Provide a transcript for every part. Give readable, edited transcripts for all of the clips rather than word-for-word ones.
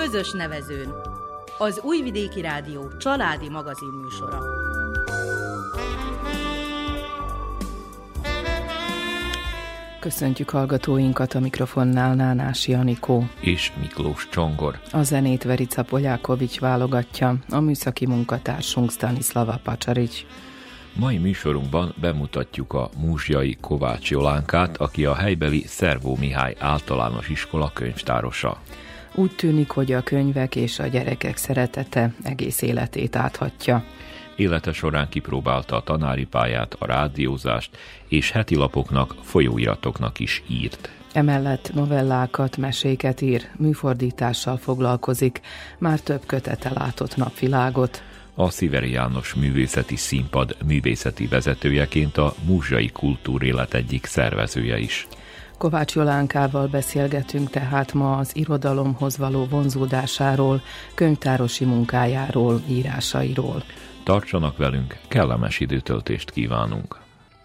Közös nevezőn. Az Újvidéki Rádió családi magazinműsora. Köszöntjük hallgatóinkat, a mikrofonnál Nánási Anikó és Miklós Csongor. A zenét Verica Poljákovics válogatja, a műszaki munkatársunk Stanislava Pacsarics. Mai műsorunkban bemutatjuk a múzsiai Kovács Jolánkát, aki a helybeli Szervó Mihály általános iskola könyvtárosa. Úgy tűnik, hogy a könyvek és a gyerekek szeretete egész életét áthatja. Élete során kipróbálta a tanári pályát, a rádiózást, és heti lapoknak, folyóiratoknak is írt. Emellett novellákat, meséket ír, műfordítással foglalkozik, már több kötete látott napvilágot. A Sziveri János Művészeti Színpad művészeti vezetőjeként a múzsiai kultúrélet egyik szervezője is. Kovács Jolánkával beszélgetünk tehát ma az irodalomhoz való vonzódásáról, könyvtárosi munkájáról, írásairól. Tartsanak velünk, kellemes időtöltést kívánunk!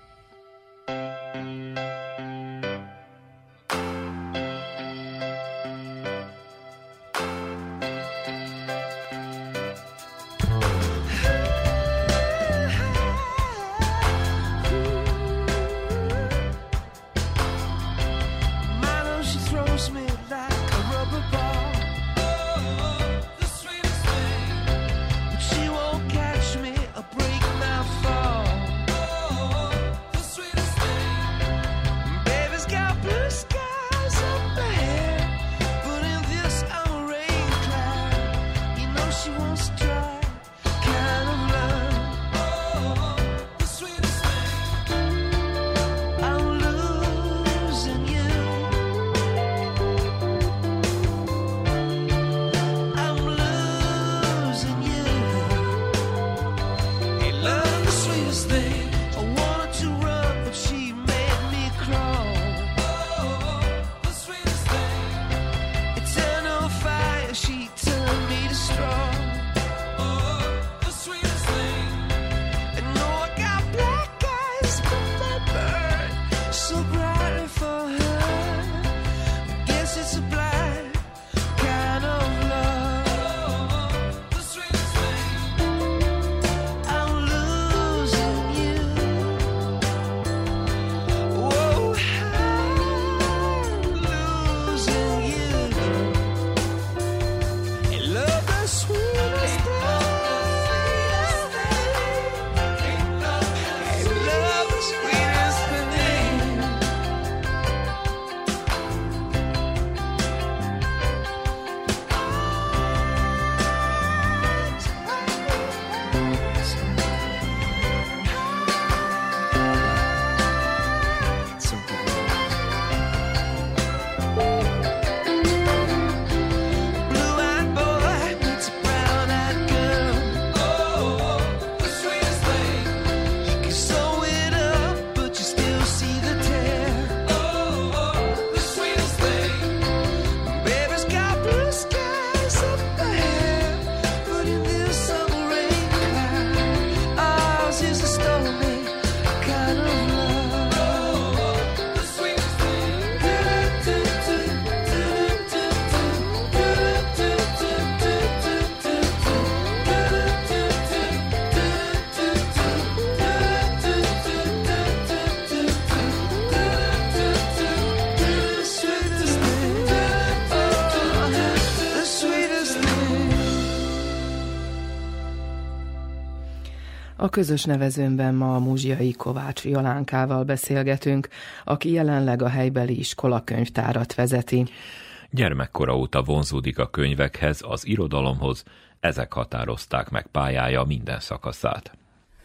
A közös nevezőnben ma a múzsiai Kovács Jolánkával beszélgetünk, aki jelenleg a helybeli iskola könyvtárat vezeti. Gyermekkora óta vonzódik a könyvekhez, az irodalomhoz, ezek határozták meg pályája minden szakaszát.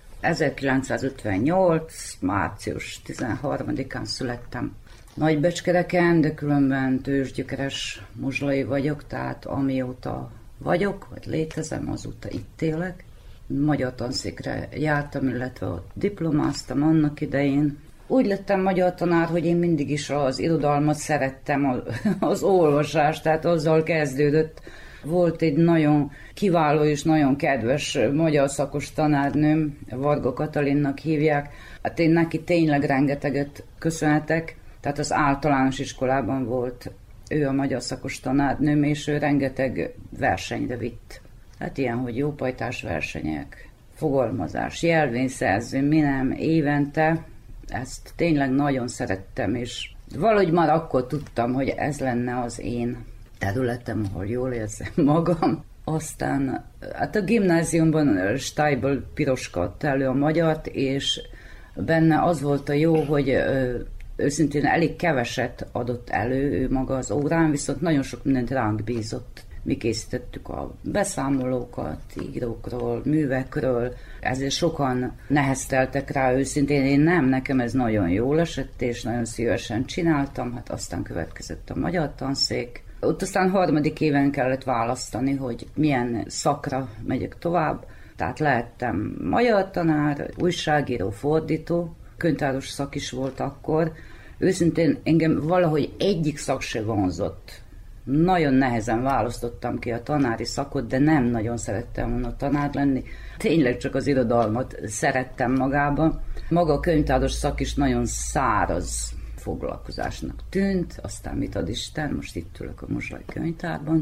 1958. március 13-án születtem Nagybecskereken, de különben tőzsgyökeres muzslai vagyok, tehát amióta vagyok, vagy létezem, azóta itt élek. Magyar tanszékre jártam, illetve ott diplomáztam annak idején. Úgy lettem magyar tanár, hogy én mindig is az irodalmat szerettem, az olvasást, tehát azzal kezdődött. Volt egy nagyon kiváló és nagyon kedves magyar szakos tanárnőm, Varga Katalinnak hívják. Hát én neki tényleg rengeteget köszönhetek. Tehát az általános iskolában volt Ő a magyar szakos tanárnőm, és ő rengeteg versenyre vitt. Hát ilyen, hogy jópajtás versenyek, fogalmazás, jelvényszerző, mi nem, évente. Ezt tényleg nagyon szerettem, és valahogy már akkor tudtam, hogy ez lenne az én területem, ahol jól érzem magam. Aztán hát a gimnáziumban Steibl Piroska adta elő a magyart, és benne az volt a jó, hogy őszintén elég keveset adott elő ő maga az órán, viszont nagyon sok mindent ránk bízott. Mi készítettük a beszámolókat, írókról, művekről, ezért sokan nehezteltek rá őszintén. Nekem ez nagyon jól esett, és nagyon szívesen csináltam, hát aztán következett a magyar tanszék. Ott aztán 3. éven kellett választani, hogy milyen szakra megyek tovább. Tehát lehettem magyar tanár, újságíró, fordító, könyvtáros szak is volt akkor. Őszintén engem valahogy egyik szak se vonzott. Nagyon nehezen választottam ki a tanári szakot, de nem nagyon szerettem volna tanár lenni. Tényleg csak az irodalmat szerettem magába. Maga a könyvtáros szak is nagyon száraz foglalkozásnak tűnt, aztán mit ad Isten, most itt ülök a Muzslai könyvtárban.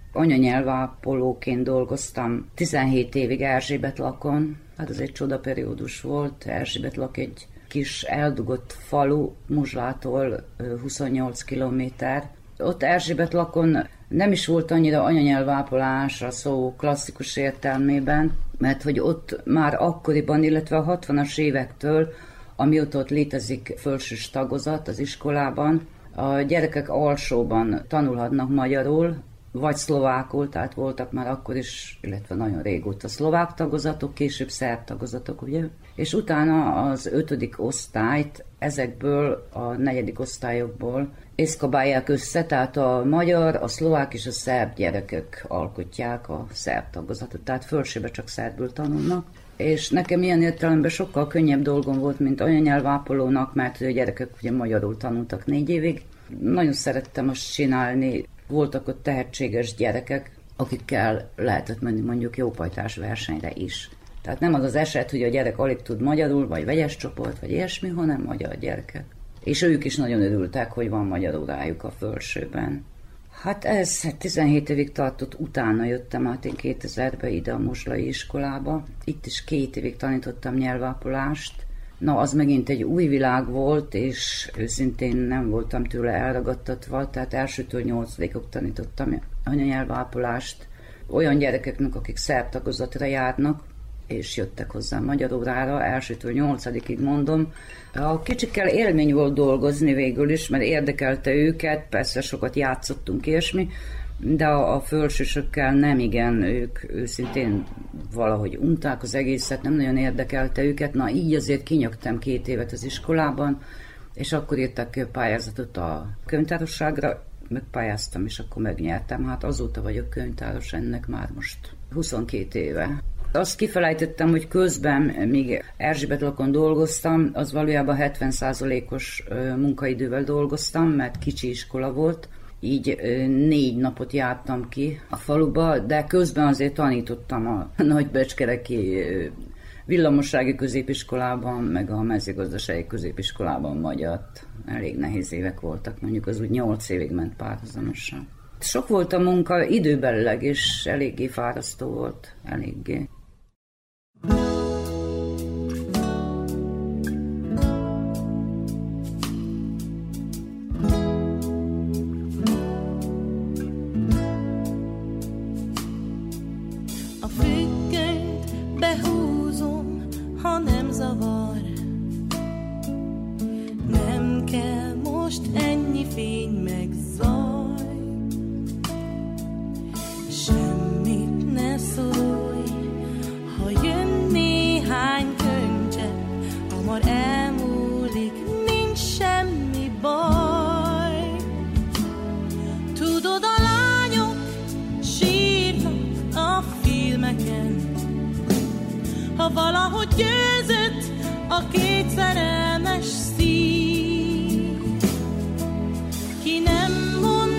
Anyanyelvápolóként dolgoztam 17 évig Erzsébetlakon, hát ez egy csodaperiódus volt. Erzsébetlak egy kis eldugott falu, Muzslától 28 kilométer. Ott Erzsébetlakon nem is volt annyira anyanyelvápolás a szó klasszikus értelmében, mert hogy ott már akkoriban, illetve a 60-as évektől, amióta ott létezik felsős tagozat az iskolában, a gyerekek alsóban tanulhatnak magyarul, vagy szlovákul, tehát voltak már akkor is, illetve nagyon régóta szlovák tagozatok, később szerb tagozatok, ugye? És utána az 5. osztályt ezekből a 4. osztályokból eszkabálják össze, tehát a magyar, a szlovák és a szerb gyerekek alkotják a szerb tagozatot, tehát felsőbe csak szerbül tanulnak. És nekem ilyen értelemben sokkal könnyebb dolgom volt, mint anyanyelvápolónak, mert a gyerekek ugye magyarul tanultak 4 évig. Nagyon szerettem azt csinálni, voltak ott tehetséges gyerekek, akikkel lehetett menni mondjuk jópajtás versenyre is. Tehát nem az az eset, hogy a gyerek alig tud magyarul, vagy vegyes csoport, vagy ilyesmi, hanem magyar gyerekek. És ők is nagyon örültek, hogy van magyar órájuk a felsőben. Hát ez 17 évig tartott, utána jöttem át én 2000-ben ide a Muzslai iskolába. Itt is 2 évig tanítottam nyelvápolást. Na, az megint egy új világ volt, és őszintén nem voltam tőle elragadtatva, tehát 1-től 8-ig tanítottam anyanyelvápolást olyan gyerekeknek, akik szerb tagozatra járnak, és jöttek hozzá magyar órára, 1-től 8-ig mondom. A kicsikkel élmény volt dolgozni végül is, mert érdekelte őket, persze sokat játszottunk ilyesmi, de a felsősökkel nem igen, ők őszintén valahogy unták az egészet, nem nagyon érdekelte őket, na így azért kinyögtem 2 évet az iskolában, és akkor írtak ki a pályázatot a könyvtárosságra, megpályáztam, és akkor megnyertem, hát azóta vagyok könyvtáros, ennek már most 22 éve. Azt kifelejtettem, hogy közben, míg Erzsébetlakon dolgoztam, az valójában 70%-os munkaidővel dolgoztam, mert kicsi iskola volt, így 4 napot jártam ki a faluba, de közben azért tanítottam a nagybecskereki villamossági középiskolában, meg a mezőgazdasági középiskolában magyart. Elég nehéz évek voltak, mondjuk az úgy 8 évig ment párhuzamosan. Sok volt a munka, időbelileg is eléggé fárasztó volt, eléggé. A függönyt behúzom, ha nem zavar. Nem kell most ennyi fény meg zaj. Semmit ne szólj, ha jön néhány könycsepp, hamar elmúlik, nincs semmi baj. Tudod, a lányok sírnak a filmeken, ha valahogy győzött a 2 szerelmes szív. Ki nem mond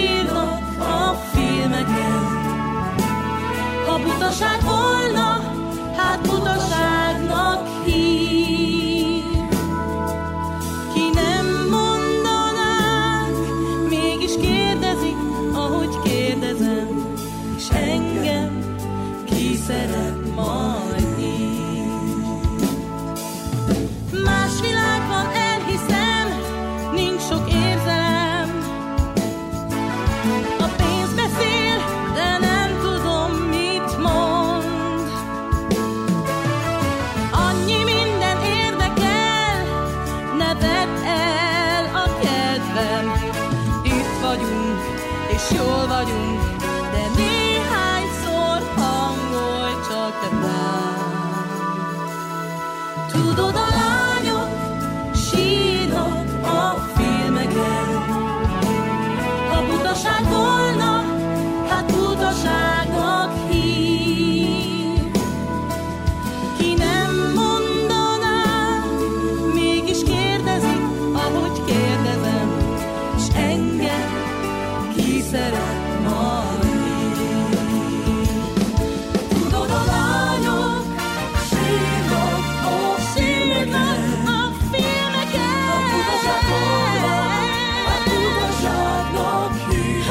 sírnak a filmeken. Ha butaság volna, hát butaságnak hív. Ki nem mondanák, mégis kérdezik, ahogy kérdezem, és engem ki szeret majd így. Más világban elhiszem, nincs sok érzelem. A pénz beszél, de nem tudom, mit mond. Annyi minden érdekel, ne vedd el a kedvem. Itt vagyunk, és jól vagyunk, de néhányszor hangolj csak rám. Tudod, a lányok sírnak a filmeken. Ha butaság volna, hát butaságnak hív. Ki nem mondaná, mégis kérdezik, ahogy kérdezem, és engem ki szeret majd így. Tudod, a lányok sírnak a filmeken. Ha butaság volna, hát butaságnak hív.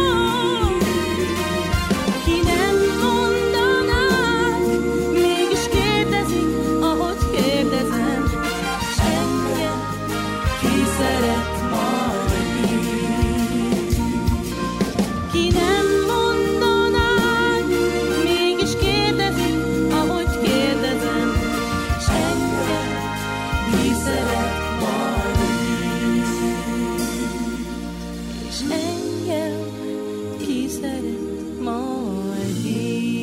Ki nem mondaná, mégis kérdezik, ahogy kérdezem, s engem ki szeret majd így. Ki nem mondaná, mégis kérdezik, ahogy kérdezem, s engem ki szeret majd így. És engem ki szeret majd így.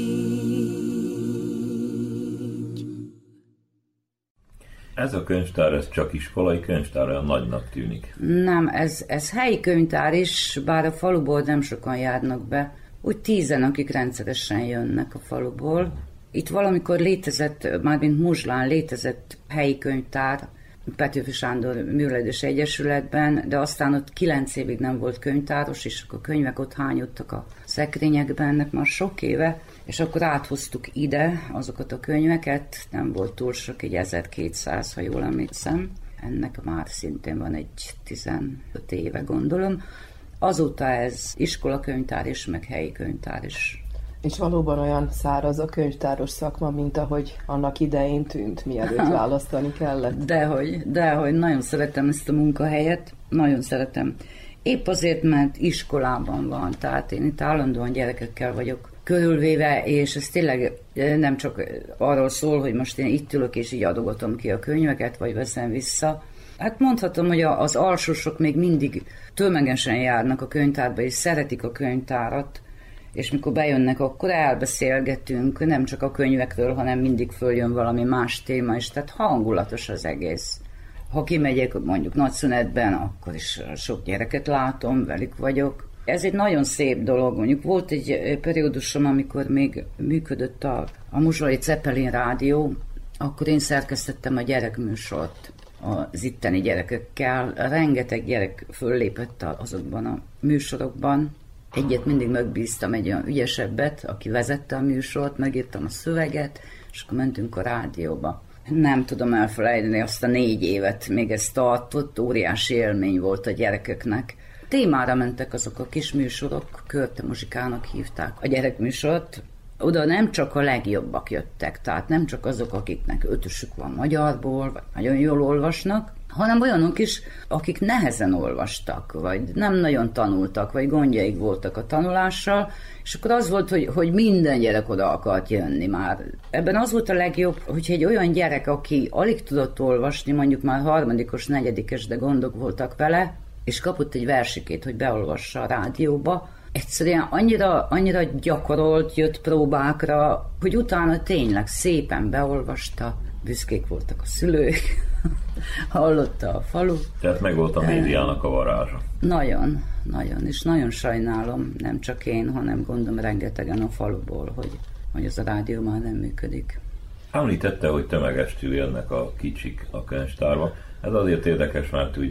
Ez a könyvtár, ez csak iskolai könyvtár, olyan nagynak tűnik. Nem, ez helyi könyvtár is, bár a faluból nem sokan járnak be. Úgy 10, akik rendszeresen jönnek a faluból. Itt valamikor létezett, mármint Muzslán létezett helyi könyvtár, Petőfi Sándor Művelődés Egyesületben, de aztán ott 9 évig nem volt könyvtáros, és a könyvek ott hányodtak a szekrényekben, ennek már sok éve, és akkor áthoztuk ide azokat a könyveket, nem volt túl sok, egy 1200, ha jól emlékszem. Ennek már szintén van egy 15 éve, gondolom. Azóta ez iskolakönyvtár is, meg helyi könyvtár is. És valóban olyan száraz a könyvtáros szakma, mint ahogy annak idején tűnt, mielőtt választani kellett. Dehogy, nagyon szeretem ezt a munkahelyet, nagyon szeretem. Épp azért, mert iskolában van, tehát én itt állandóan gyerekekkel vagyok körülvéve, és ez tényleg nem csak arról szól, hogy most én itt ülök és így adogatom ki a könyveket, vagy veszem vissza. Hát mondhatom, hogy az alsósok még mindig tömegesen járnak a könyvtárba, és szeretik a könyvtárat, és mikor bejönnek, akkor elbeszélgetünk, nem csak a könyvekről, hanem mindig följön valami más téma is, tehát hangulatos az egész. Ha kimegyek mondjuk nagyszünetben, akkor is sok gyereket látom, velük vagyok. Ez egy nagyon szép dolog. Mondjuk volt egy periódusom, amikor még működött a Muzslai Zeppelin rádió, akkor én szerkesztettem a gyerekműsort az itteni gyerekekkel. Rengeteg gyerek föllépett azokban a műsorokban. Egyet mindig megbíztam, egy olyan ügyesebbet, aki vezette a műsort, megírtam a szöveget, és akkor mentünk a rádióba. Nem tudom elfelejteni azt a 4 évet, még ez tartott, óriási élmény volt a gyerekeknek. Témára mentek azok a kis műsorok, Körte Muzsikának hívták a gyerekműsort. Oda nem csak a legjobbak jöttek, tehát nem csak azok, akiknek 5-ösük van magyarból, vagy nagyon jól olvasnak, hanem olyanok is, akik nehezen olvastak, vagy nem nagyon tanultak, vagy gondjaik voltak a tanulással, és akkor az volt, hogy minden gyerek oda akart jönni már. Ebben az volt a legjobb, hogy egy olyan gyerek, aki alig tudott olvasni, mondjuk már 3-os, 4-es, de gondok voltak vele, és kapott egy versikét, hogy beolvassa a rádióba, egyszerűen annyira gyakorolt, jött próbákra, hogy utána tényleg szépen beolvasta, büszkék voltak a szülők, hallotta a falu. Tehát meg volt a médiának a varázsa. Nagyon, és nagyon sajnálom, nem csak én, hanem gondolom rengetegen a faluból, hogy ez a rádió már nem működik. Említette, hogy tömegestül jönnek a kicsik a könyvtárba. Ez azért érdekes, mert ugye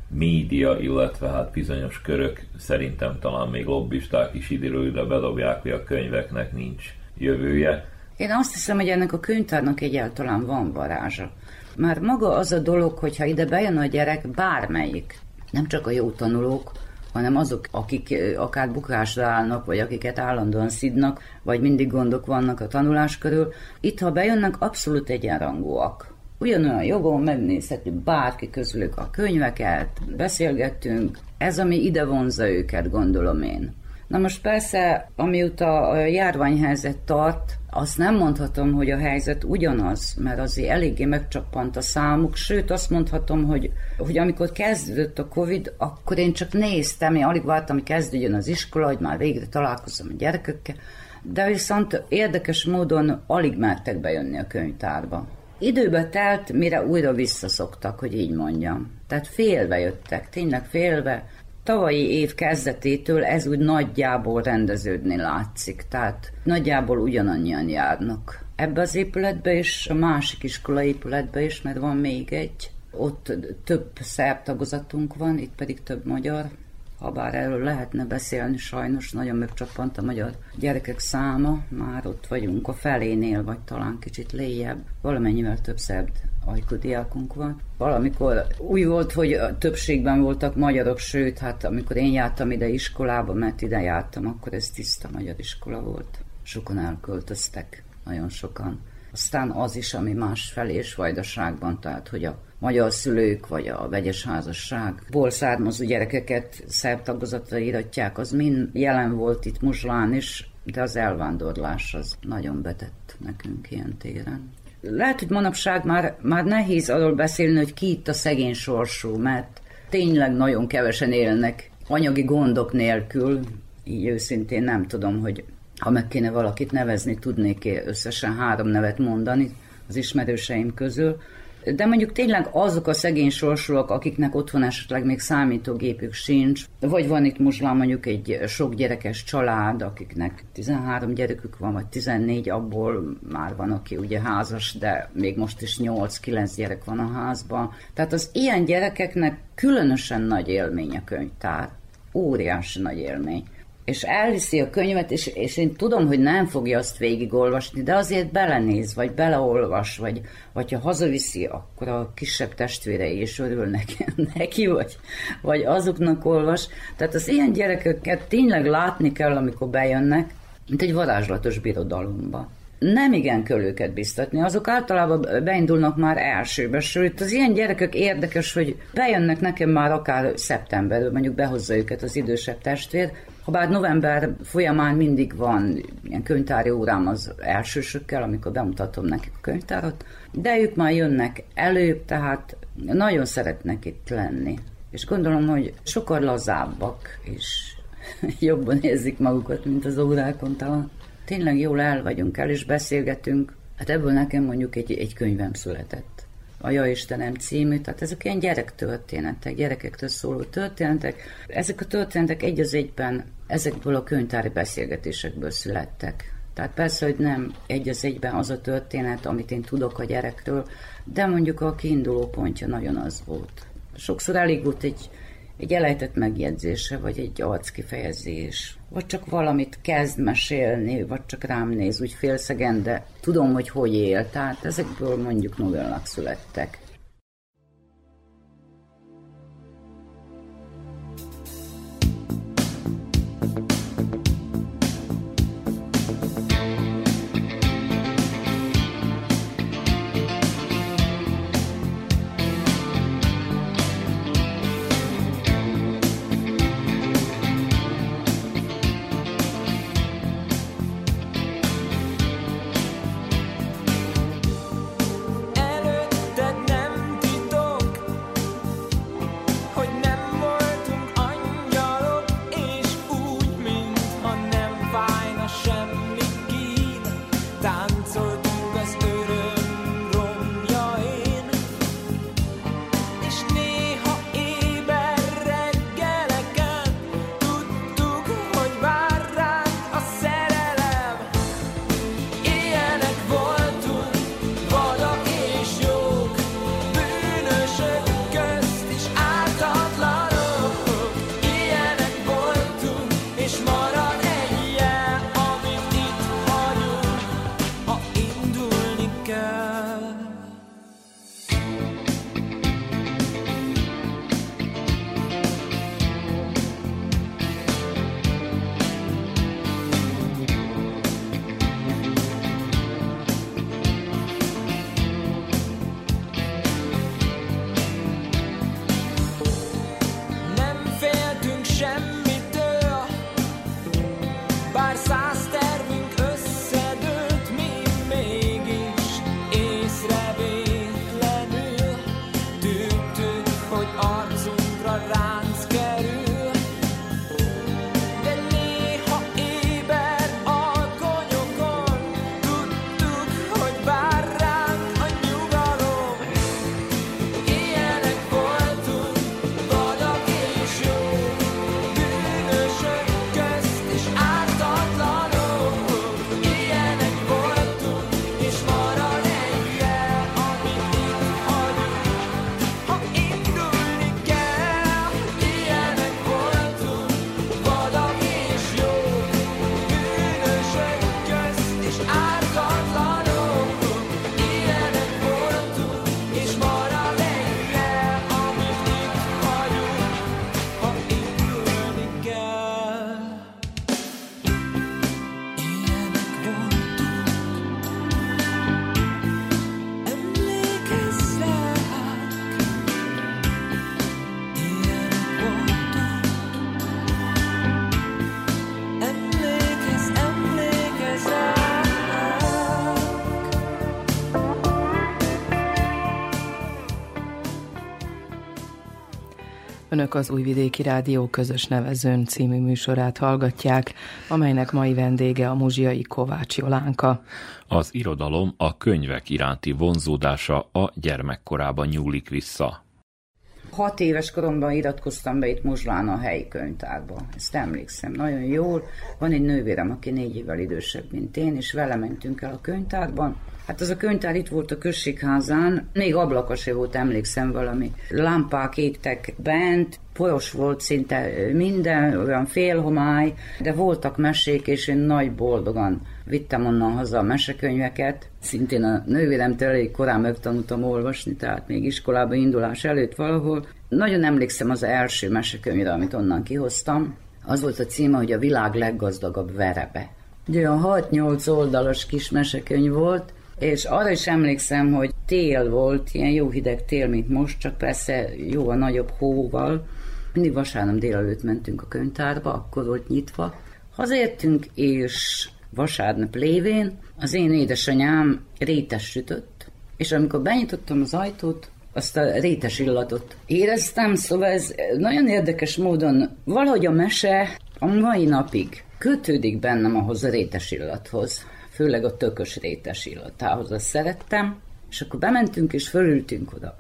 média, illetve hát bizonyos körök, szerintem talán még lobbisták is időről ide bedobják, hogy a könyveknek nincs jövője. Én azt hiszem, hogy ennek a könyvtárnak egyáltalán van varázsa. Már maga az a dolog, hogyha ide bejön a gyerek, bármelyik, nem csak a jó tanulók, hanem azok, akik akár bukásra állnak, vagy akiket állandóan szidnak, vagy mindig gondok vannak a tanulás körül, itt, ha bejönnek, abszolút egyenrangúak. Ugyanolyan jogon megnézhetjük bárki közülük a könyveket, beszélgettünk, ez, ami ide vonzza őket, gondolom én. Na most persze, amióta a járványhelyzet tart, azt nem mondhatom, hogy a helyzet ugyanaz, mert azért eléggé megcsappant a számuk, sőt azt mondhatom, hogy amikor kezdődött a Covid, akkor én csak néztem, én alig vártam, hogy kezdődjön az iskola, hogy már végre találkozom a gyerekekkel, de viszont érdekes módon alig mertek bejönni a könyvtárba. Időbe telt, mire újra visszaszoktak, hogy így mondjam. Tehát félve jöttek, tényleg félve. Tavalyi év kezdetétől ez úgy nagyjából rendeződni látszik, tehát nagyjából ugyanannyian járnak. Ebbe az épületbe is, a másik iskolaépületbe is, mert van még egy, ott több szerb tagozatunk van, itt pedig több magyar. Habár erről lehetne beszélni, sajnos nagyon megcsappant a magyar gyerekek száma, már ott vagyunk a felénél, vagy talán kicsit léjebb, valamennyivel több szerb ajkodiákunk van. Valamikor úgy volt, hogy a többségben voltak magyarok, sőt, hát amikor én jártam ide iskolába, mert ide jártam, akkor ez tiszta magyar iskola volt. Sokan elköltöztek, nagyon sokan. Aztán az is, ami másfelé és Vajdaságban, tehát hogy a magyar szülők, vagy a vegyes házasságból származó gyerekeket szerb tagozatra íratják, az mind jelen volt itt Muzslán is, de az elvándorlás az nagyon betett nekünk ilyen téren. Lehet, hogy manapság már nehéz arról beszélni, hogy ki itt a szegény sorsú, mert tényleg nagyon kevesen élnek anyagi gondok nélkül, így őszintén nem tudom, hogy ha meg kéne valakit nevezni, tudnék összesen 3 nevet mondani az ismerőseim közül. De mondjuk tényleg azok a szegény sorsúak, akiknek otthon esetleg még számítógépük sincs, vagy van itt Muzslán mondjuk egy sok gyerekes család, akiknek 13 gyerekük van, vagy 14, abból már van, aki ugye házas, de még most is 8-9 gyerek van a házban. Tehát az ilyen gyerekeknek különösen nagy élmény a könyvtár. Óriási nagy élmény. És elviszi a könyvet, és én tudom, hogy nem fogja azt végigolvasni, de azért belenéz, vagy beleolvas, vagy ha hazaviszi, akkor a kisebb testvérei is örülnek neki, vagy azoknak olvas. Tehát az ilyen gyerekeket tényleg látni kell, amikor bejönnek, mint egy varázslatos birodalomba. Nem igen kell őket biztatni, azok általában beindulnak már elsőbe, sőt az ilyen gyerekek érdekes, hogy bejönnek nekem már akár szeptemberben, mondjuk behozza őket az idősebb testvér, habár november folyamán mindig van ilyen könyvtári órám az elsősökkel, amikor bemutatom nekik a könyvtárat, de ők már jönnek előbb, tehát nagyon szeretnek itt lenni. És gondolom, hogy sokkal lazábbak, és jobban érzik magukat, mint az órákon talán. Tényleg jól el vagyunk, el is beszélgetünk. Hát ebből nekem mondjuk egy könyvem született. A Ja Istenem című, tehát ezek ilyen gyerektörténetek, gyerekektől szóló történetek. Ezek a történetek egy az egyben ezekből a könyvtári beszélgetésekből születtek. Tehát persze, hogy nem egy az egyben az a történet, amit én tudok a gyerekről, de mondjuk a kiinduló pontja nagyon az volt. Sokszor elég volt egy elejtett megjegyzése, vagy egy arckifejezés, vagy csak valamit kezd mesélni, vagy csak rám néz úgy félszegen, de tudom, hogy él. Tehát ezekből mondjuk novellák születtek. Előtted nem Önök az Újvidéki Rádió Közös Nevezőn című műsorát hallgatják, amelynek mai vendége a muzsiai Kovács Jolánka. Az irodalom, a könyvek iránti vonzódása a gyermekkorában nyúlik vissza. 6 éves koromban iratkoztam be itt Muzslán a helyi könyvtárba. Ezt emlékszem nagyon jól. Van egy nővérem, aki 4 évvel idősebb, mint én, és vele mentünk el a könyvtárban. Hát az a könyvtár itt volt a községházán, még ablaka se volt, emlékszem, valami lámpák égtek bent, poros volt szinte minden, olyan félhomály, de voltak mesék, és én nagy boldogan vittem onnan haza a mesekönyveket. Szintén a nővéremtől elég korán megtanultam olvasni, tehát még iskolába indulás előtt valahol. Nagyon emlékszem az első mesekönyvre, amit onnan kihoztam. Az volt a címe, hogy a világ leggazdagabb verebe. Ugye olyan 6-8 oldalas kis mesekönyv volt, és arra is emlékszem, hogy tél volt, ilyen jó hideg tél, mint most, csak persze jóval nagyobb hóval. Mindig vasárnap délelőtt mentünk a könyvtárba, akkor volt nyitva. Hazaértünk, és vasárnap lévén az én édesanyám rétes sütött, és amikor benyitottam az ajtót, azt a rétes illatot éreztem, szóval ez nagyon érdekes módon valahogy a mese a mai napig kötődik bennem ahhoz a rétes illathoz. Főleg a tökös rétes illatához, azt szerettem, és akkor bementünk és fölültünk oda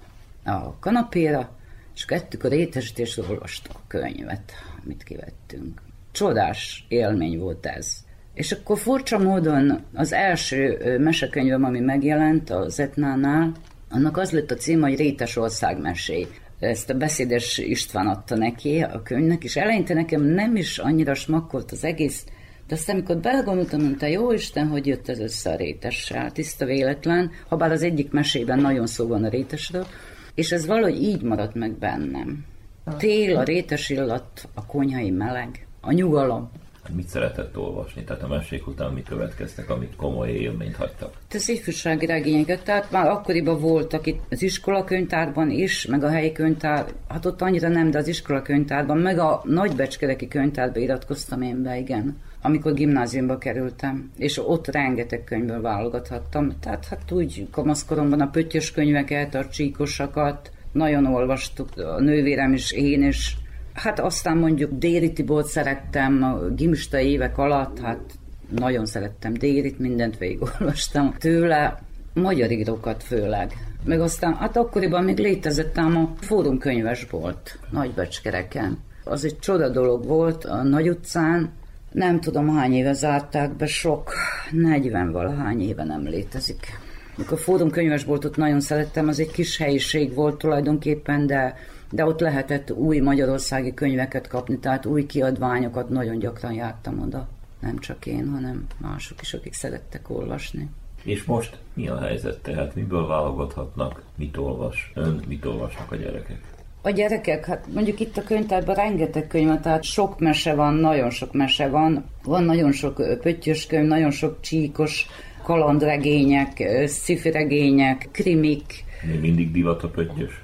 a kanapéra, és kettük a réteset, és olvastuk a könyvet, amit kivettünk. Csodás élmény volt ez. És akkor furcsa módon az első mesekönyvem, ami megjelent az Etnánál, annak az lett a címe, hogy Rétes ország meséi. Ezt a Beszédes István adta neki a könyvnek, és eleinte nekem nem is annyira smakkolt az egész, de aztán, amikor belegondoltam, mondta, jó Isten, hogy jött ez össze a rétessel, tiszta véletlen, habár az egyik mesében nagyon szó van a rétesről, és ez valahogy így maradt meg bennem. A tél, a rétes illat, a konyhai meleg, a nyugalom. Mit szeretett olvasni? Tehát a mesék után mi következtek, amit komoly élményt hagytak? Az ifjúsági regényeket, tehát már akkoriban voltak itt az iskolakönyvtárban is, meg a helyi könyvtár, hát ott annyira nem, de az iskolakönyvtárban, meg a nagybecskereki könyvtárba iratkoztam én be, igen. Amikor gimnáziumba kerültem, és ott rengeteg könyvből válogathattam. Tehát hát úgy kamaszkoromban a pöttyös könyveket, a csíkosakat nagyon olvastuk, a nővérem is, én is. Hát aztán mondjuk Déri Tibort szerettem a gimista évek alatt, hát nagyon szerettem Dérit, mindent végigolvastam tőle, magyar írókat főleg. Meg aztán, hát akkoriban még létezett ám a fórumkönyvesbolt Nagybecskereken. Az egy csoda dolog volt a Nagy utcán, nem tudom hány éve zárták be, sok, 40-valahány éve nem létezik. A fórumkönyvesboltot nagyon szerettem, az egy kis helyiség volt tulajdonképpen, de ott lehetett új magyarországi könyveket kapni, tehát új kiadványokat, nagyon gyakran jártam oda. Nem csak én, hanem mások is, akik szerettek olvasni. És most mi a helyzet? Tehát miből válogathatnak, mit olvas ön, mit olvasnak a gyerekek? A gyerekek, hát mondjuk itt a könyvtárban rengeteg könyv van, tehát sok mese van, nagyon sok mese van. Van nagyon sok pöttyös könyv, nagyon sok csíkos kalandregények, sci-fi regények, krimik. Még mindig divat a pöttyös?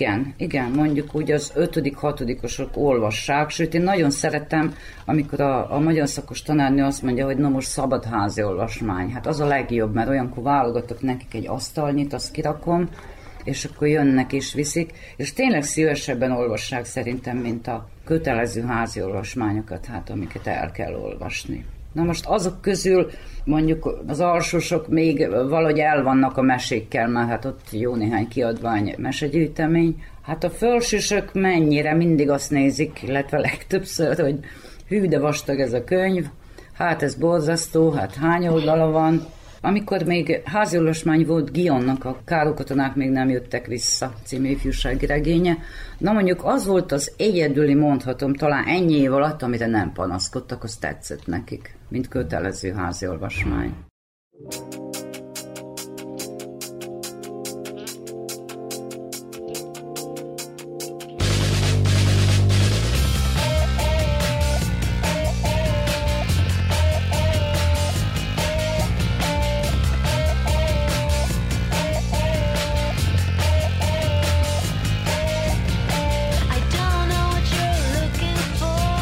Igen, mondjuk úgy az 5.-6-osok olvassák, sőt én nagyon szeretem, amikor a magyar szakos tanárnő azt mondja, hogy na most szabadházi olvasmány. Hát az a legjobb, mert olyankor válogatok nekik egy asztalnyit, azt kirakom, és akkor jönnek és viszik, és tényleg szívesebben olvassák szerintem, mint a kötelező házi olvasmányokat, hát amiket el kell olvasni. Na most azok közül mondjuk az alsósok még valahogy el vannak a mesékkel, mert hát ott jó néhány kiadvány, mesegyűjtemény. Hát a felsősök mennyire mindig azt nézik, illetve legtöbbször, hogy hű, de vastag ez a könyv, hát ez borzasztó, hát hány oldala van. Amikor még háziolvasmány volt Gionnak, a Károkatonák még nem jöttek vissza című ifjúsági regénye, na mondjuk az volt az egyedüli, mondhatom, talán ennyi év alatt, amire nem panaszkodtak, az tetszett nekik, mint kötelező háziolvasmány.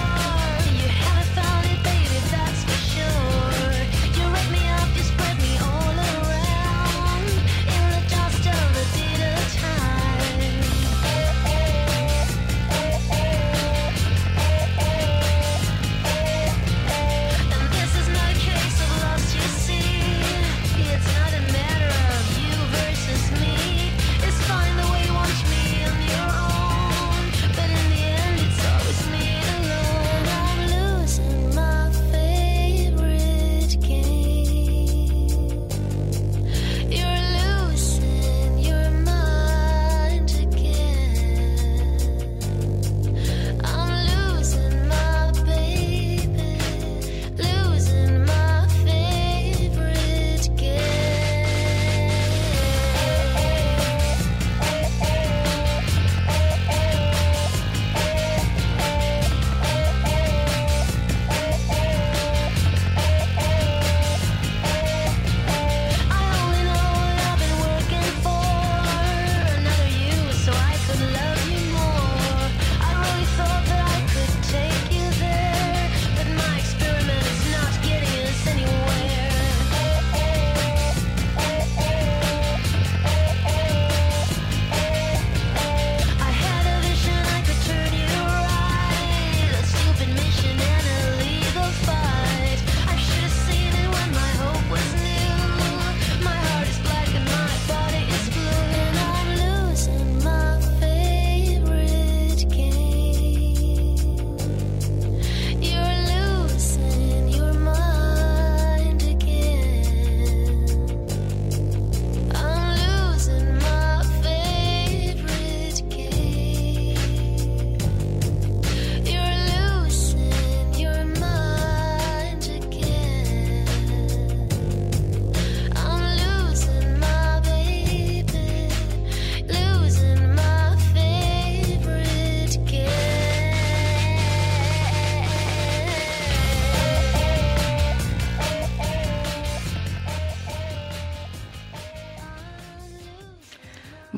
You rip me up, you spread me all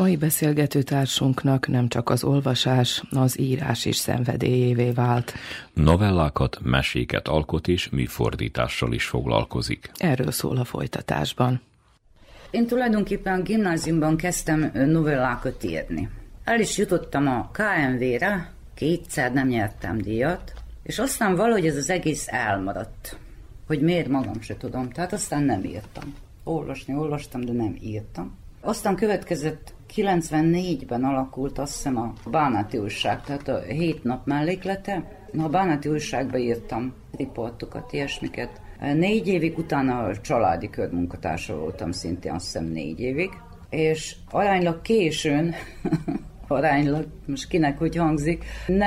Mai beszélgető társunknak nem csak az olvasás, az írás is szenvedélyévé vált. Novellákat, meséket alkot és műfordítással is foglalkozik. Erről szól a folytatásban. Én tulajdonképpen a gimnáziumban kezdtem novellákat írni. El is jutottam a KMV-re, 2 nem nyertem díjat, és aztán valahogy ez az egész elmaradt, hogy miért magam se tudom, tehát aztán nem írtam. Olvastam, de nem írtam. Aztán következett 94-ben alakult azt hiszem a Bánáti újság, tehát a 7 nap melléklete. A Bánáti újságba írtam riportokat, ilyesmiket. 4 évig utána a családi körmunkatársa voltam szintén, azt hiszem 4 évig. És aránylag későn, most kinek hogy hangzik,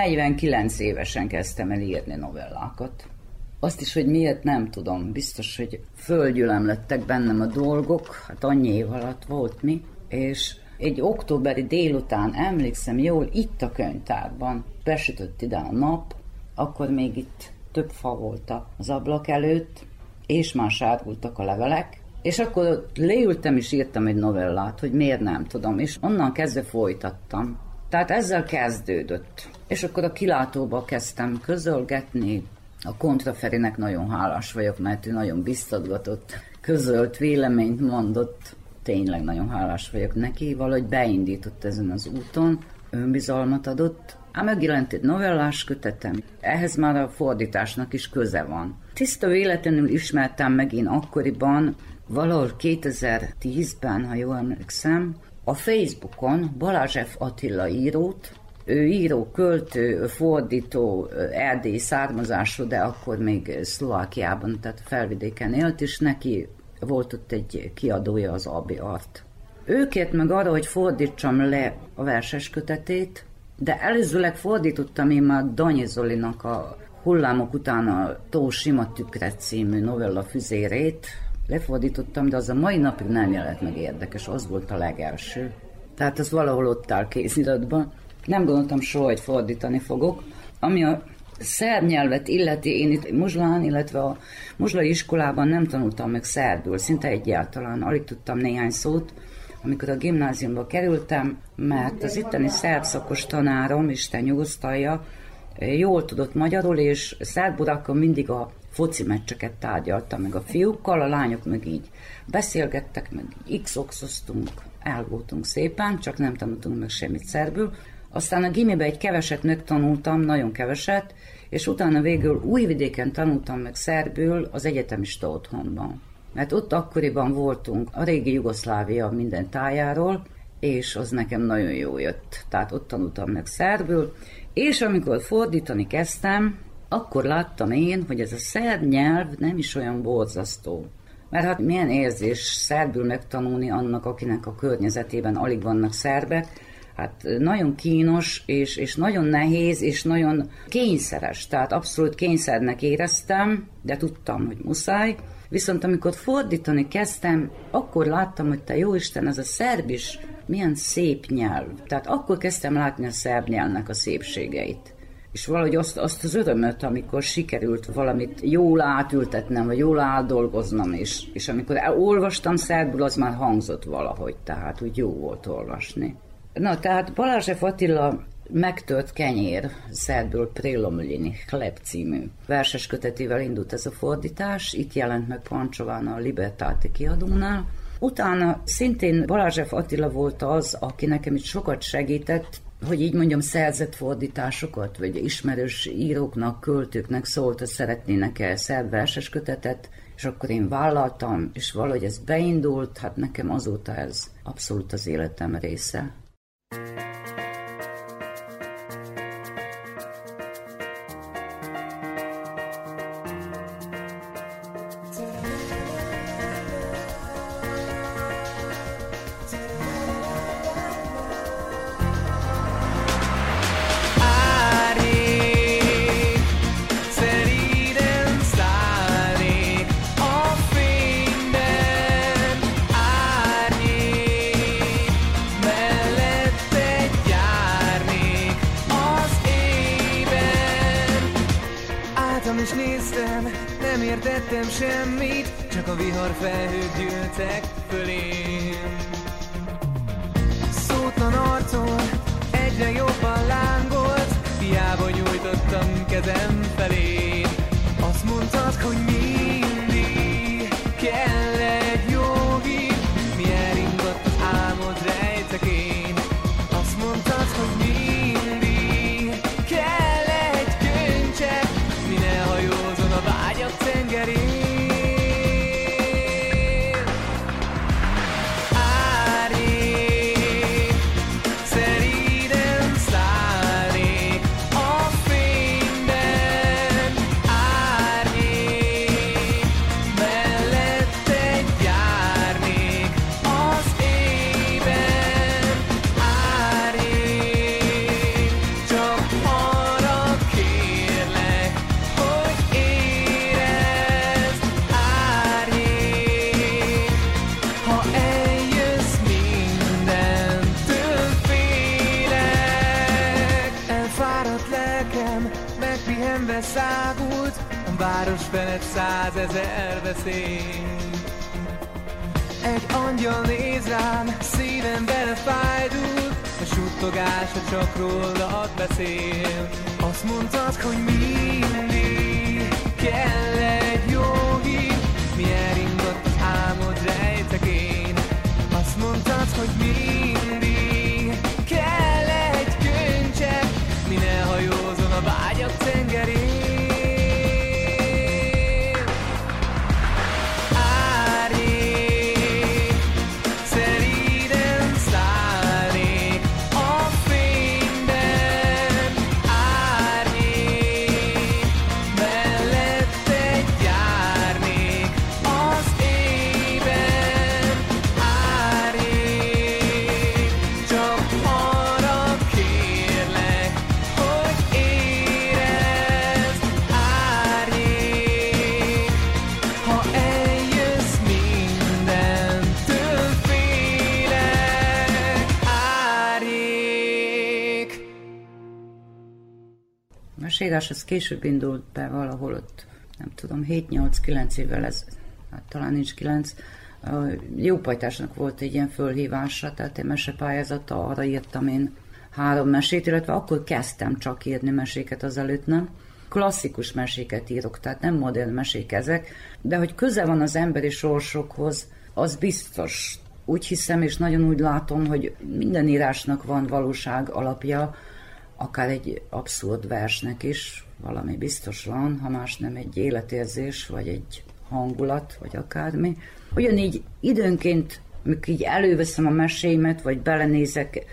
49 évesen kezdtem el írni novellákat. Azt is, hogy miért nem tudom, biztos, hogy földgyülemlettek bennem a dolgok, hát annyi év alatt volt mi, és egy októberi délután, emlékszem jól, itt a könyvtárban besütött ide a nap, akkor még itt több fa volt az ablak előtt, és már sárgultak a levelek, és akkor leültem és írtam egy novellát, hogy miért nem tudom, és onnan kezdve folytattam. Tehát ezzel kezdődött. És akkor a Kilátóba kezdtem közölgetni. A Kontra Ferinek nagyon hálás vagyok, mert ő nagyon biztatgatott, közölt, véleményt mondott. Tényleg nagyon hálás vagyok neki, valahogy beindított ezen az úton, önbizalmat adott. Megjelent egy novellás kötetem, ehhez már a fordításnak is köze van. Tiszta véletlenül ismertem meg én akkoriban, valahol 2010-ben, ha jól emlékszem, a Facebookon Balázs F. Attila írót. Ő író, költő, fordító, erdélyi származású, de akkor még Szlovákiában, tehát Felvidéken élt, és neki volt ott egy kiadója, az Abi Art. Ő kért meg arra, hogy fordítsam le a verses kötetét, de előzőleg fordítottam én már Danyi Zolinak a Hullámok után a Tó sima tükre című novella füzérét, lefordítottam, de az a mai napig nem jelent meg érdekes, az volt a legelső. Tehát az valahol ott áll kéziratban. Nem gondoltam soha, hogy fordítani fogok. Ami a szerb nyelvet illeti, én itt Muzslán, illetve a muzslai iskolában nem tanultam meg szerbül, szinte egyáltalán, alig tudtam néhány szót, amikor a gimnáziumba kerültem, mert az itteni szerb szakos tanárom, Isten nyugosztalja, jól tudott magyarul, és szerbul akkor mindig a foci meccseket tárgyaltam meg a fiúkkal, a lányok meg így beszélgettek, meg x-oxoztunk, elvoltunk szépen, csak nem tanultunk meg semmit szerbül. Aztán a gimibe egy keveset megtanultam, nagyon keveset, és utána végül Újvidéken tanultam meg szerbül az egyetemista otthonban. Mert ott akkoriban voltunk a régi Jugoszlávia minden tájáról, és az nekem nagyon jó jött. Tehát ott tanultam meg szerbül, és amikor fordítani kezdtem, akkor láttam én, hogy ez a szerb nyelv nem is olyan borzasztó. Mert hát milyen érzés szerbül megtanulni annak, akinek a környezetében alig vannak szerbek, hát nagyon kínos, és nagyon nehéz, és nagyon kényszeres. Tehát abszolút kényszernek éreztem, de tudtam, hogy muszáj. Viszont amikor fordítani kezdtem, akkor láttam, hogy te jóisten, ez a szerb is milyen szép nyelv. Tehát akkor kezdtem látni a szerb nyelvnek a szépségeit. És valahogy azt az örömöt, amikor sikerült valamit jól átültetnem, vagy jól átdolgoznom, és amikor olvastam szerbül, az már hangzott valahogy, tehát úgy jó volt olvasni. Na, tehát Balázs F. Attila Megtört kenyér, szerbül Prélomljini Hleb című verses kötetével indult ez a fordítás, itt jelent meg Pancsován a Libertáti kiadónál. Utána szintén Balázs F. Attila volt az, aki nekem itt sokat segített, hogy így mondjam, szerzett fordításokat, vagy ismerős íróknak, költőknek szólt, hogy szeretnének-e szerb verses kötetet, és akkor én vállaltam, és valahogy ez beindult, hát nekem azóta ez abszolút az életem része. Semmit, csak a viharfelhők gyűltek fölém. Szót Ártatlan arcon egyre jobban lángolt, hiába nyújtottam kezem felé. Azt mondtad, hogy mindig kell egy jó hír, mi elringott az álmod rejtekén. Azt mondtad, hogy mindig kell egy könycsepp, mi ne hajózon a vágyak tengerén. Szágult a város felett 100 000 veszély. Egy angyal néz rám, szívem belefájdul, a suttogása csak rólad beszél. Azt mondtad, hogy mindig kell egy jó hír, mi elringott az álmod rejtekén. Azt mondtad, hogy mindig kell egy könycsepp, mi ne hajózon a vágyak tengerén. A sírás az később indult be valahol ott, nem tudom, 7-8-9 évvel ez, hát talán nincs 9. A Jópajtásnak volt egy ilyen fölhívása, tehát egy mesepályázata, arra írtam én 3 mesét, illetve akkor kezdtem csak írni meséket, azelőtt nem. Klasszikus meséket írok, tehát nem modern mesék ezek, de hogy köze van az emberi sorsokhoz, az biztos. Úgy hiszem, és nagyon úgy látom, hogy minden írásnak van valóság alapja, akár egy abszurd versnek is, valami biztos van, ha más nem egy életérzés, vagy egy hangulat, vagy akármi. Ugyanígy időnként, mikor így előveszem a meséimet, vagy belenézek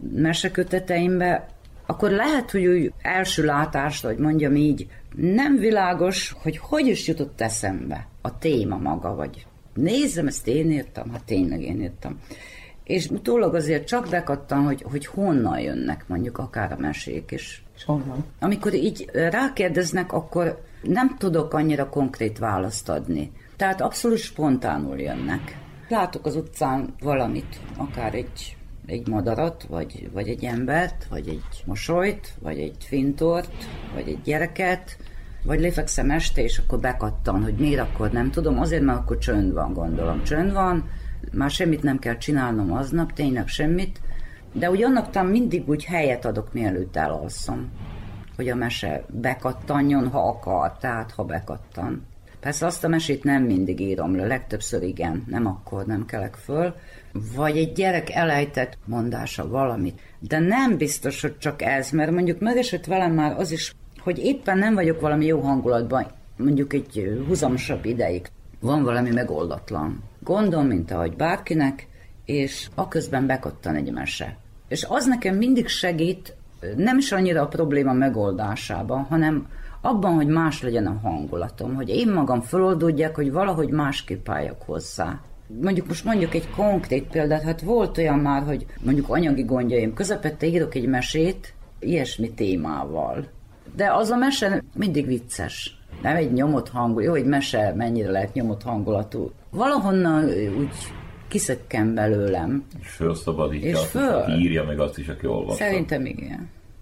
meseköteteimbe, akkor lehet, hogy úgy első látást, hogy mondjam így, nem világos, hogy is jutott eszembe a téma maga, vagy nézzem, ezt én írtam, hát tényleg én írtam. És utólag azért csak bekattam, hogy honnan jönnek mondjuk akár a mesék is. Honnan? Amikor így rákérdeznek, akkor nem tudok annyira konkrét választ adni. Tehát abszolút spontánul jönnek. Látok az utcán valamit, akár egy madarat, vagy egy embert, vagy egy mosolyt, vagy egy fintort, vagy egy gyereket, vagy lefekszem este, és akkor bekattan, hogy miért akkor nem tudom, azért, mert akkor csönd van, gondolom. Csönd van, már semmit nem kell csinálnom aznap, tényleg semmit, de úgy annak talán mindig úgy helyet adok, mielőtt elalszom, hogy a mese bekattanjon, ha akar, tehát ha bekattan. Persze azt a mesét nem mindig írom le, legtöbbször igen, nem akkor, nem kelek föl, vagy egy gyerek elejtett mondása valamit, de nem biztos, hogy csak ez, mert mondjuk megesett velem már az is, hogy éppen nem vagyok valami jó hangulatban, mondjuk egy húzamosabb ideig, van valami megoldatlan gondom, mint ahogy bárkinek, és aközben bekattan egy mese. És az nekem mindig segít, nem is annyira a probléma megoldásában, hanem abban, hogy más legyen a hangulatom, hogy én magam feloldódjak, hogy valahogy másképp álljak hozzá. Mondjuk egy konkrét példát, hát volt olyan már, hogy mondjuk anyagi gondjaim közepette írok egy mesét, ilyesmi témával. De az a mese mindig vicces. Nem egy nyomott hangulatú, jó, egy mese mennyire lehet nyomott hangulatú. Valahonnan úgy kiszökken belőlem. És fölszabadítja, írja meg azt is, aki olvassa. Szerintem igen.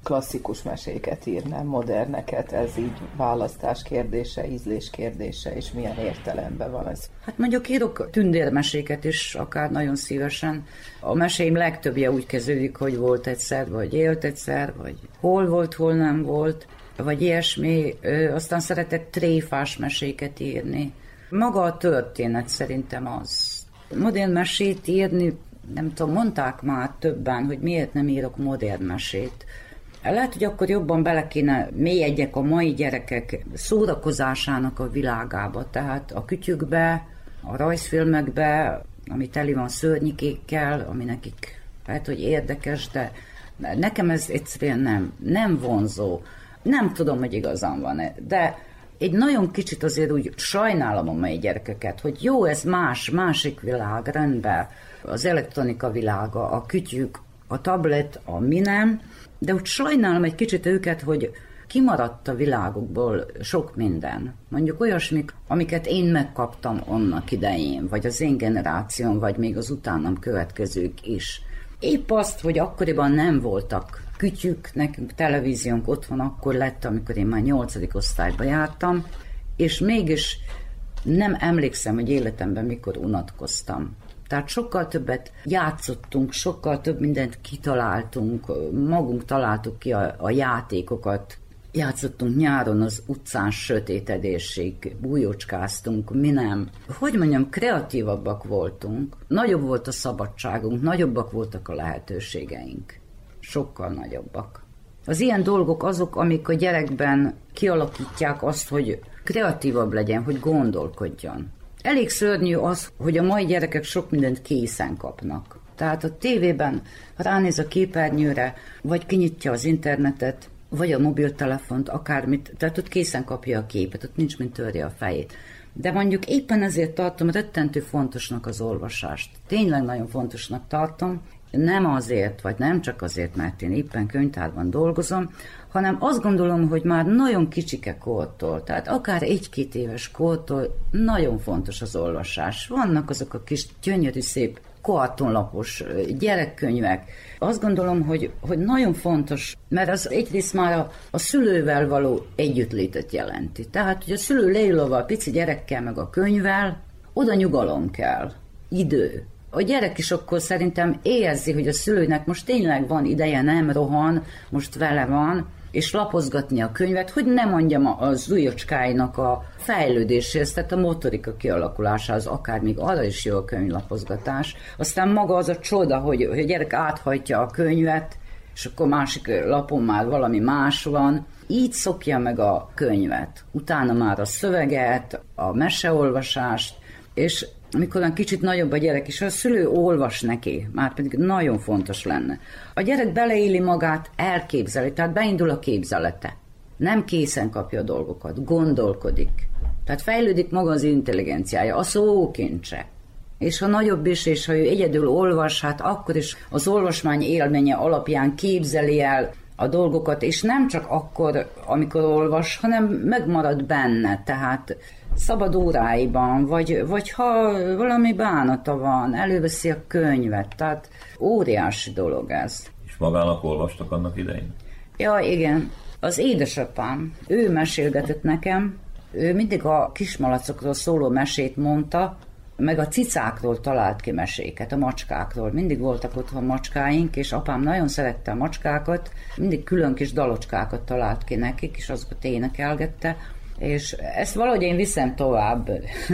klasszikus meséket ír, nem moderneket? Ez így választás kérdése, ízlés kérdése, és milyen értelemben van ez? Hát mondjuk írok tündérmeséket is, akár nagyon szívesen. A meséim legtöbbje úgy kezdődik, hogy volt egyszer, vagy élt egyszer, vagy hol volt, hol nem volt, vagy ilyesmi. Aztán szeretek tréfás meséket írni. Maga a történet szerintem az. Modern mesét írni, nem tudom, mondták már többen, hogy miért nem írok modern mesét. Lehet, hogy akkor jobban bele kéne mélyedjek a mai gyerekek szórakozásának a világába, tehát a kütyükbe, a rajzfilmekbe, ami teli van szörnyikékkel, ami nekik lehet, hogy érdekes, de nekem ez egyszerűen nem vonzó. Nem tudom, hogy igazán van-e, de egy nagyon kicsit azért úgy sajnálom a mai gyerekeket, hogy jó, ez másik világ, rendben, az elektronika világa, a kütyük, a tablet, a nem, de úgy sajnálom egy kicsit őket, hogy kimaradt a világukból sok minden. Mondjuk olyasmik, amiket én megkaptam annak idején, vagy az én generációm, vagy még az utánam következők is. Épp azt, hogy akkoriban nem voltak kütyük, nekünk televíziónk otthon akkor lett, amikor én már 8. osztályba jártam, és mégis nem emlékszem, hogy életemben mikor unatkoztam. Tehát sokkal többet játszottunk, sokkal több mindent kitaláltunk, magunk találtuk ki a játékokat, játszottunk nyáron az utcán sötétedésig, bújócskáztunk, mi nem. Hogy mondjam, kreatívabbak voltunk, nagyobb volt a szabadságunk, nagyobbak voltak a lehetőségeink. Sokkal nagyobbak. Az ilyen dolgok azok, amik a gyerekben kialakítják azt, hogy kreatívabb legyen, hogy gondolkodjon. Elég szörnyű az, hogy a mai gyerekek sok mindent készen kapnak. Tehát a tévében ránéz a képernyőre, vagy kinyitja az internetet, vagy a mobiltelefont, akármit, tehát ott készen kapja a képet, ott nincs, mint törje a fejét. De mondjuk éppen ezért tartom rettentő fontosnak az olvasást. Tényleg nagyon fontosnak tartom, nem azért, vagy nem csak azért, mert én éppen könyvtárban dolgozom, hanem azt gondolom, hogy már nagyon kicsike kortól, tehát akár 1-2 éves kortól nagyon fontos az olvasás. Vannak azok a kis gyönyörű szép kartonlapos gyerekkönyvek. Azt gondolom, hogy nagyon fontos, mert az egyrészt már a szülővel való együttlétet jelenti. Tehát, hogy a szülő leül a pici gyerekkel meg a könyvvel, oda nyugalom kell, idő. A gyerek is akkor szerintem érzi, hogy a szülőnek most tényleg van ideje, nem rohan, most vele van, és lapozgatni a könyvet, hogy ne mondjam az ujjocskáinak a fejlődéséhez, tehát a motorika kialakulásához, akár még arra is jó a könyvlapozgatás. Aztán maga az a csoda, hogy a gyerek áthajtja a könyvet, és akkor másik lapon már valami más van. Így szokja meg a könyvet. Utána már a szöveget, a meseolvasást, és amikor olyan kicsit nagyobb a gyerek is, a szülő olvas neki, már pedig nagyon fontos lenne. A gyerek beleéli magát, elképzeli, tehát beindul a képzelete. Nem készen kapja a dolgokat, gondolkodik. Tehát fejlődik maga az intelligenciája, a szókincse. És ha nagyobb is, és ha ő egyedül olvas, hát akkor is az olvasmány élménye alapján képzeli el a dolgokat, és nem csak akkor, amikor olvas, hanem megmarad benne, tehát szabad óráiban, vagy ha valami bánata van, előveszi a könyvet, tehát óriási dolog ez. És magának olvastak annak idején? Ja, igen. Az édesapám, ő mesélgetett nekem, ő mindig a kismalacokról szóló mesét mondta, meg a cicákról talált ki meséket, a macskákról. Mindig voltak otthon macskáink, és apám nagyon szerette a macskákat, mindig külön kis dalocskákat talált ki nekik, és azokat énekelgette, és ezt valahogy én viszem tovább.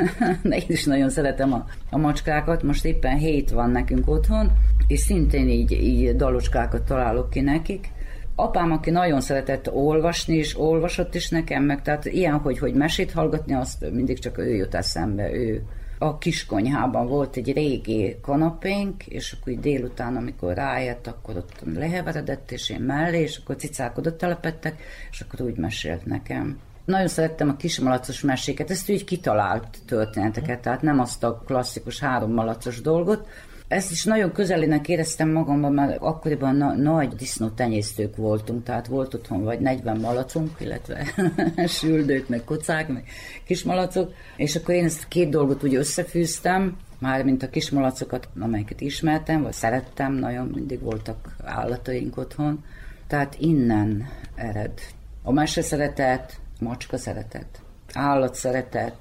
De én is nagyon szeretem a macskákat, most éppen 7 van nekünk otthon, és szintén így dalocskákat találok ki nekik. Apám, aki nagyon szeretett olvasni, és olvasott is nekem, meg tehát ilyen, hogy mesét hallgatni, azt mindig csak ő jut eszembe, ő. A kiskonyhában volt egy régi kanapénk, és akkor délután, amikor rájött, akkor ott leheveredett, és én mellé, és akkor cicák oda telepettek, és akkor úgy mesélt nekem. Nagyon szerettem a kismalacos meséket, ezt úgy kitalált történeteket, tehát nem azt a klasszikus 3 malacos dolgot. Ezt is nagyon közelének éreztem magamban, mert akkoriban nagy disznótenyésztők voltunk, tehát volt otthon vagy 40 malacunk, illetve süldők, meg kocák, meg kismalacok, és akkor én ezt 2 dolgot úgy összefűztem, mármint a kismalacokat, amelyeket ismertem, vagy szerettem, nagyon mindig voltak állataink otthon. Tehát innen ered a mese szeretet, macska szeretet, állat szeretet.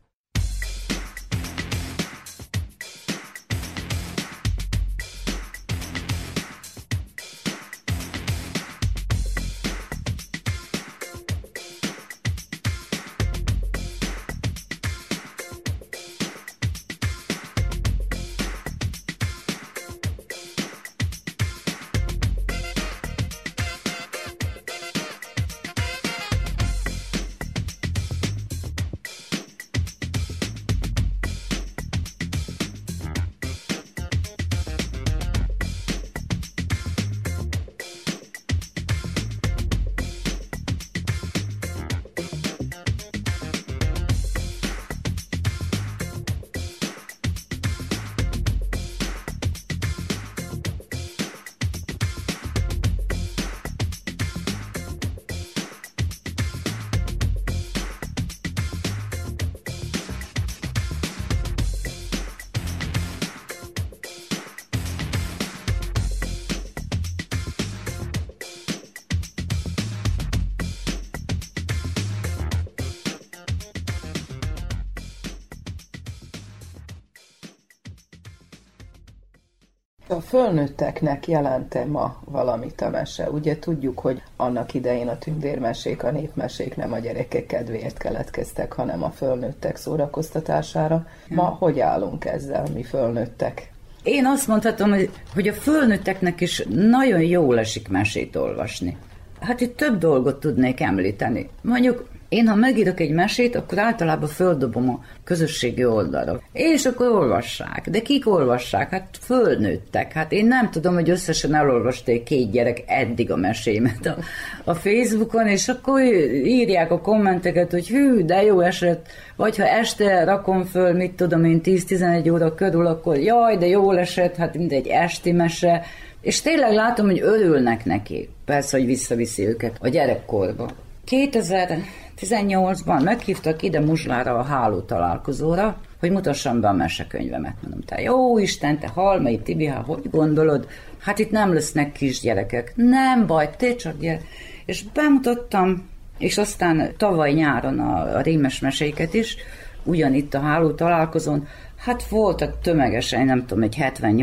A fölnőtteknek jelente ma valamit a mese? Ugye tudjuk, hogy annak idején a tündérmesék, a népmesék nem a gyerekek kedvéért keletkeztek, hanem a fölnőttek szórakoztatására. Ma hogy állunk ezzel, mi fölnőttek? Én azt mondhatom, hogy a fölnőtteknek is nagyon jól esik mesét olvasni. Hát itt több dolgot tudnék említeni. Mondjuk én, ha megírok egy mesét, akkor általában földobom a közösségi oldalra. És akkor olvassák. De kik olvassák? Hát fölnőttek. Hát én nem tudom, hogy összesen elolvasték 2 gyerek eddig a mesémet a Facebookon, és akkor írják a kommenteket, hogy hű, de jó esett. Vagy ha este rakom föl, mit tudom én, 10-11 óra körül, akkor jaj, de jól esett, hát mindegy esti mese. És tényleg látom, hogy örülnek neki. Persze, hogy visszaviszi őket a gyerekkorba. 2018-ban meghívtak ide Muzslára a Háló találkozóra, hogy mutassam be a mesekönyvemet. Mondom, te jó Isten, te Halmai Tibi, hát hogy gondolod? Hát itt nem lesznek kisgyerekek. Nem baj, te csak gyere. És bemutattam, és aztán tavaly nyáron a rímes meséket is, ugyanitt a Háló találkozón, hát voltak tömegesen, nem tudom, egy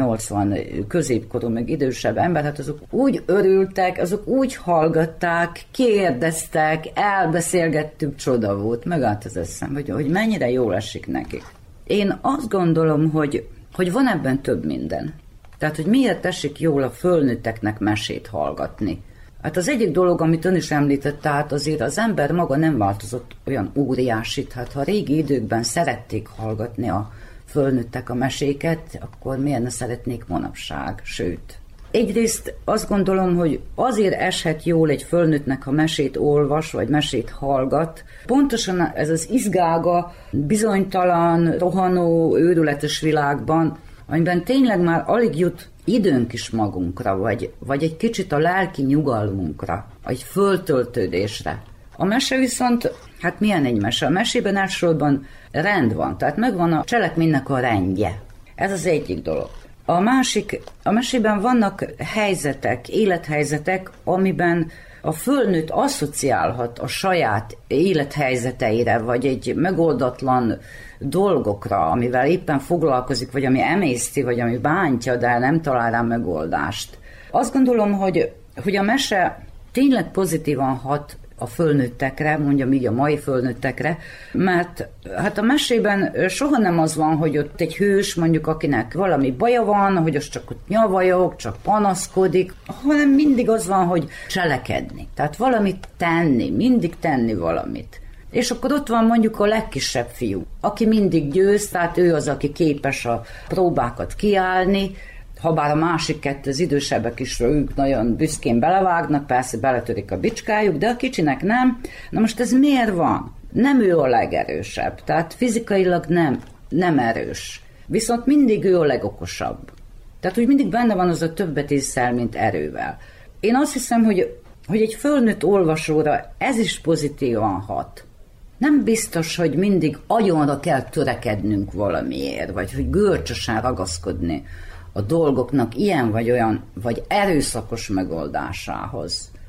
70-80 középkorú, meg idősebb ember, hát azok úgy örültek, azok úgy hallgatták, kérdeztek, elbeszélgettük, csoda volt, megállt az eszem, hogy mennyire jól esik nekik. Én azt gondolom, hogy van ebben több minden. Tehát, hogy miért esik jól a fölnőtteknek mesét hallgatni. Hát az egyik dolog, amit ön is említett, tehát azért az ember maga nem változott olyan óriásit, hát ha régi időkben szerették hallgatni a fölnőttek a meséket, akkor miért ne szeretnék manapság, sőt. Egyrészt azt gondolom, hogy azért eshet jól egy fölnőttnek, ha mesét olvas, vagy mesét hallgat. Pontosan ez az izgága, bizonytalan, rohanó, őrületes világban, amiben tényleg már alig jut időnk is magunkra, vagy egy kicsit a lelki nyugalmunkra, egy föltöltődésre. A mese viszont, hát milyen egy mese? A mesében elsősorban rend van, tehát megvan a cselekménynek a rendje. Ez az egyik dolog. A másik, a mesében vannak helyzetek, élethelyzetek, amiben a fölnőtt asszociálhat a saját élethelyzeteire, vagy egy megoldatlan dolgokra, amivel éppen foglalkozik, vagy ami emészti, vagy ami bántja, de nem talál rá megoldást. Azt gondolom, hogy a mese tényleg pozitívan hat a fölnőttekre, mondjam így a mai fölnőttekre, mert hát a mesében soha nem az van, hogy ott egy hős, mondjuk akinek valami baja van, hogy az csak ott nyavajog, csak panaszkodik, hanem mindig az van, hogy cselekedni. Tehát valamit tenni, mindig tenni valamit. És akkor ott van mondjuk a legkisebb fiú, aki mindig győz, tehát ő az, aki képes a próbákat kiállni, habár a másik kettő, az idősebbek is ők nagyon büszkén belevágnak, persze beletörik a bicskájuk, de a kicsinek nem. Na most ez miért van? Nem ő a legerősebb, tehát fizikailag nem erős. Viszont mindig ő a legokosabb. Tehát úgy mindig benne van az a többet ésszel, mint erővel. Én azt hiszem, hogy egy fölnőtt olvasóra ez is pozitívan hat. Nem biztos, hogy mindig agyonra kell törekednünk valamiért, vagy hogy görcsösen ragaszkodni a dolgoknak ilyen vagy olyan, vagy erőszakos megoldásához.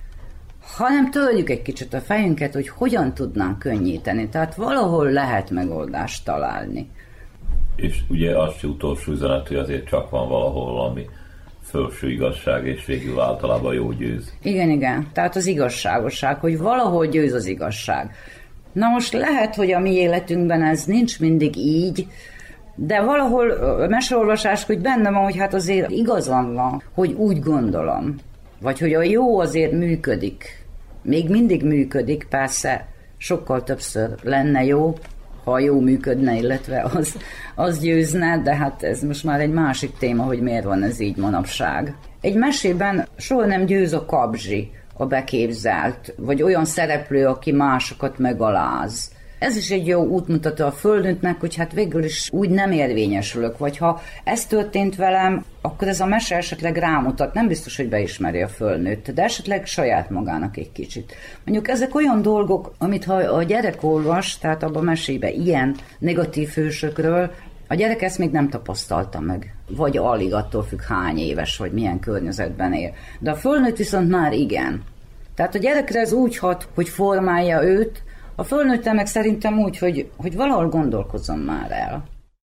hanem törjük egy kicsit a fejünket, hogy hogyan tudnánk könnyíteni. Tehát valahol lehet megoldást találni. És ugye az se utolsó üzenet, hogy azért csak van valahol valami felső igazság, és végül általában jó győz. Igen. Tehát az igazságosság, hogy valahol győz az igazság. Na most lehet, hogy a mi életünkben ez nincs mindig így, de valahol a meseolvasás, hogy benne van, hogy hát azért igazam van, hogy úgy gondolom. Vagy hogy a jó azért működik. Még mindig működik, persze sokkal többször lenne jó, ha jó működne, illetve az győzne, de hát ez most már egy másik téma, hogy miért van ez így manapság. Egy mesében soha nem győz a kabzsi, a beképzelt, vagy olyan szereplő, aki másokat megaláz. Ez is egy jó útmutató a fölnőttnek, hogy hát végül is úgy nem érvényesülök, vagy ha ez történt velem, akkor ez a mese esetleg rámutat, nem biztos, hogy beismeri a fölnőtt, de esetleg saját magának egy kicsit. Mondjuk ezek olyan dolgok, amit ha a gyerek olvas, tehát abban a mesébe ilyen negatív hősökről, a gyerek ezt még nem tapasztalta meg, vagy alig, attól függ hány éves, vagy milyen környezetben él. De a fölnőtt viszont már igen. Tehát a gyerekre ez úgy hat, hogy formálja őt, a fölnőttem meg szerintem úgy, hogy valahol gondolkozzon már el.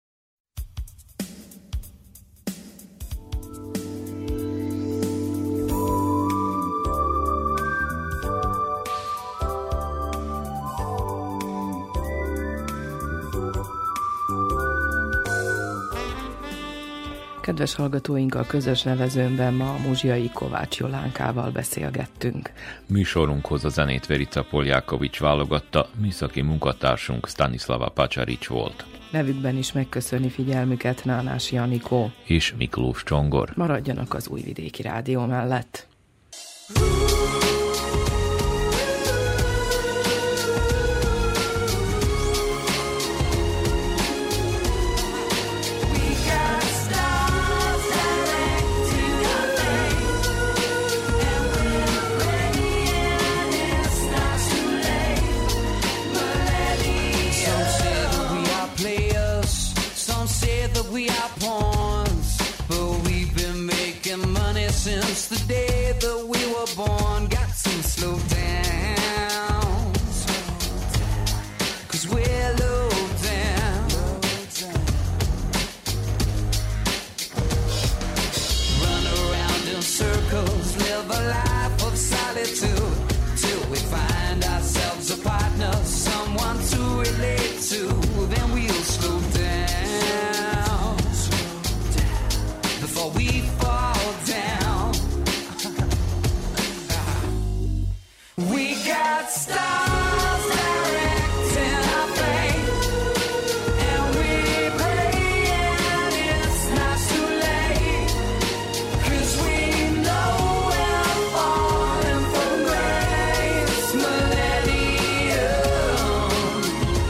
Kedves hallgatóinkkal közös nevezőnben ma a Muzsiai Kovács Jolánkával beszélgettünk. Műsorunkhoz a zenét Verica Poljákovics válogatta, műszaki munkatársunk Stanislava Pacsarics volt. Nevükben is megköszöni figyelmüket Nánás Janikó és Miklós Csongor. Maradjanak az Újvidéki Rádió mellett. Since the day that we were born, got to slow down, 'cause we're low down. Run around in circles, live a life of solitude, till we find ourselves a partner, someone to relate to, then we'll slow down, before we fall down. We got stars directing our fate, and we pray and it's not too late, 'cause we know we're falling from grace, millennium.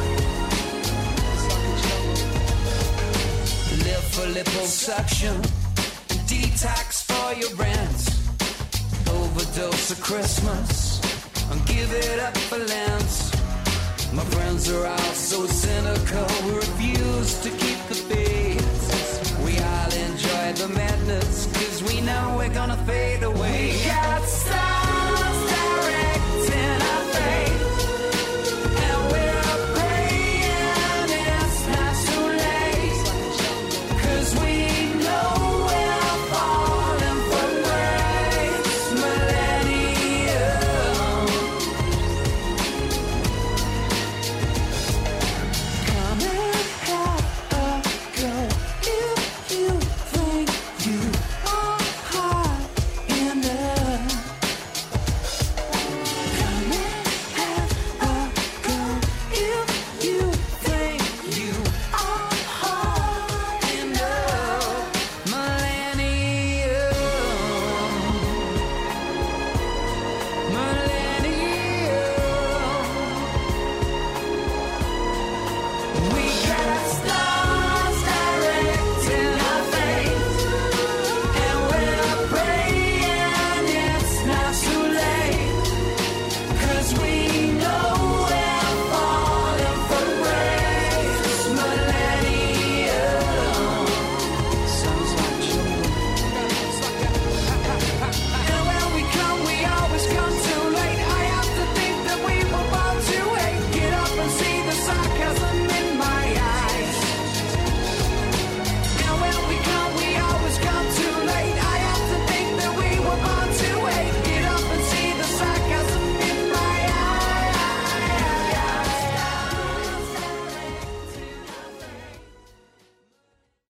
Live for liposuction, detox for your brands, overdose of Christmas, and give it up for Lent. My friends are all so cynical, we're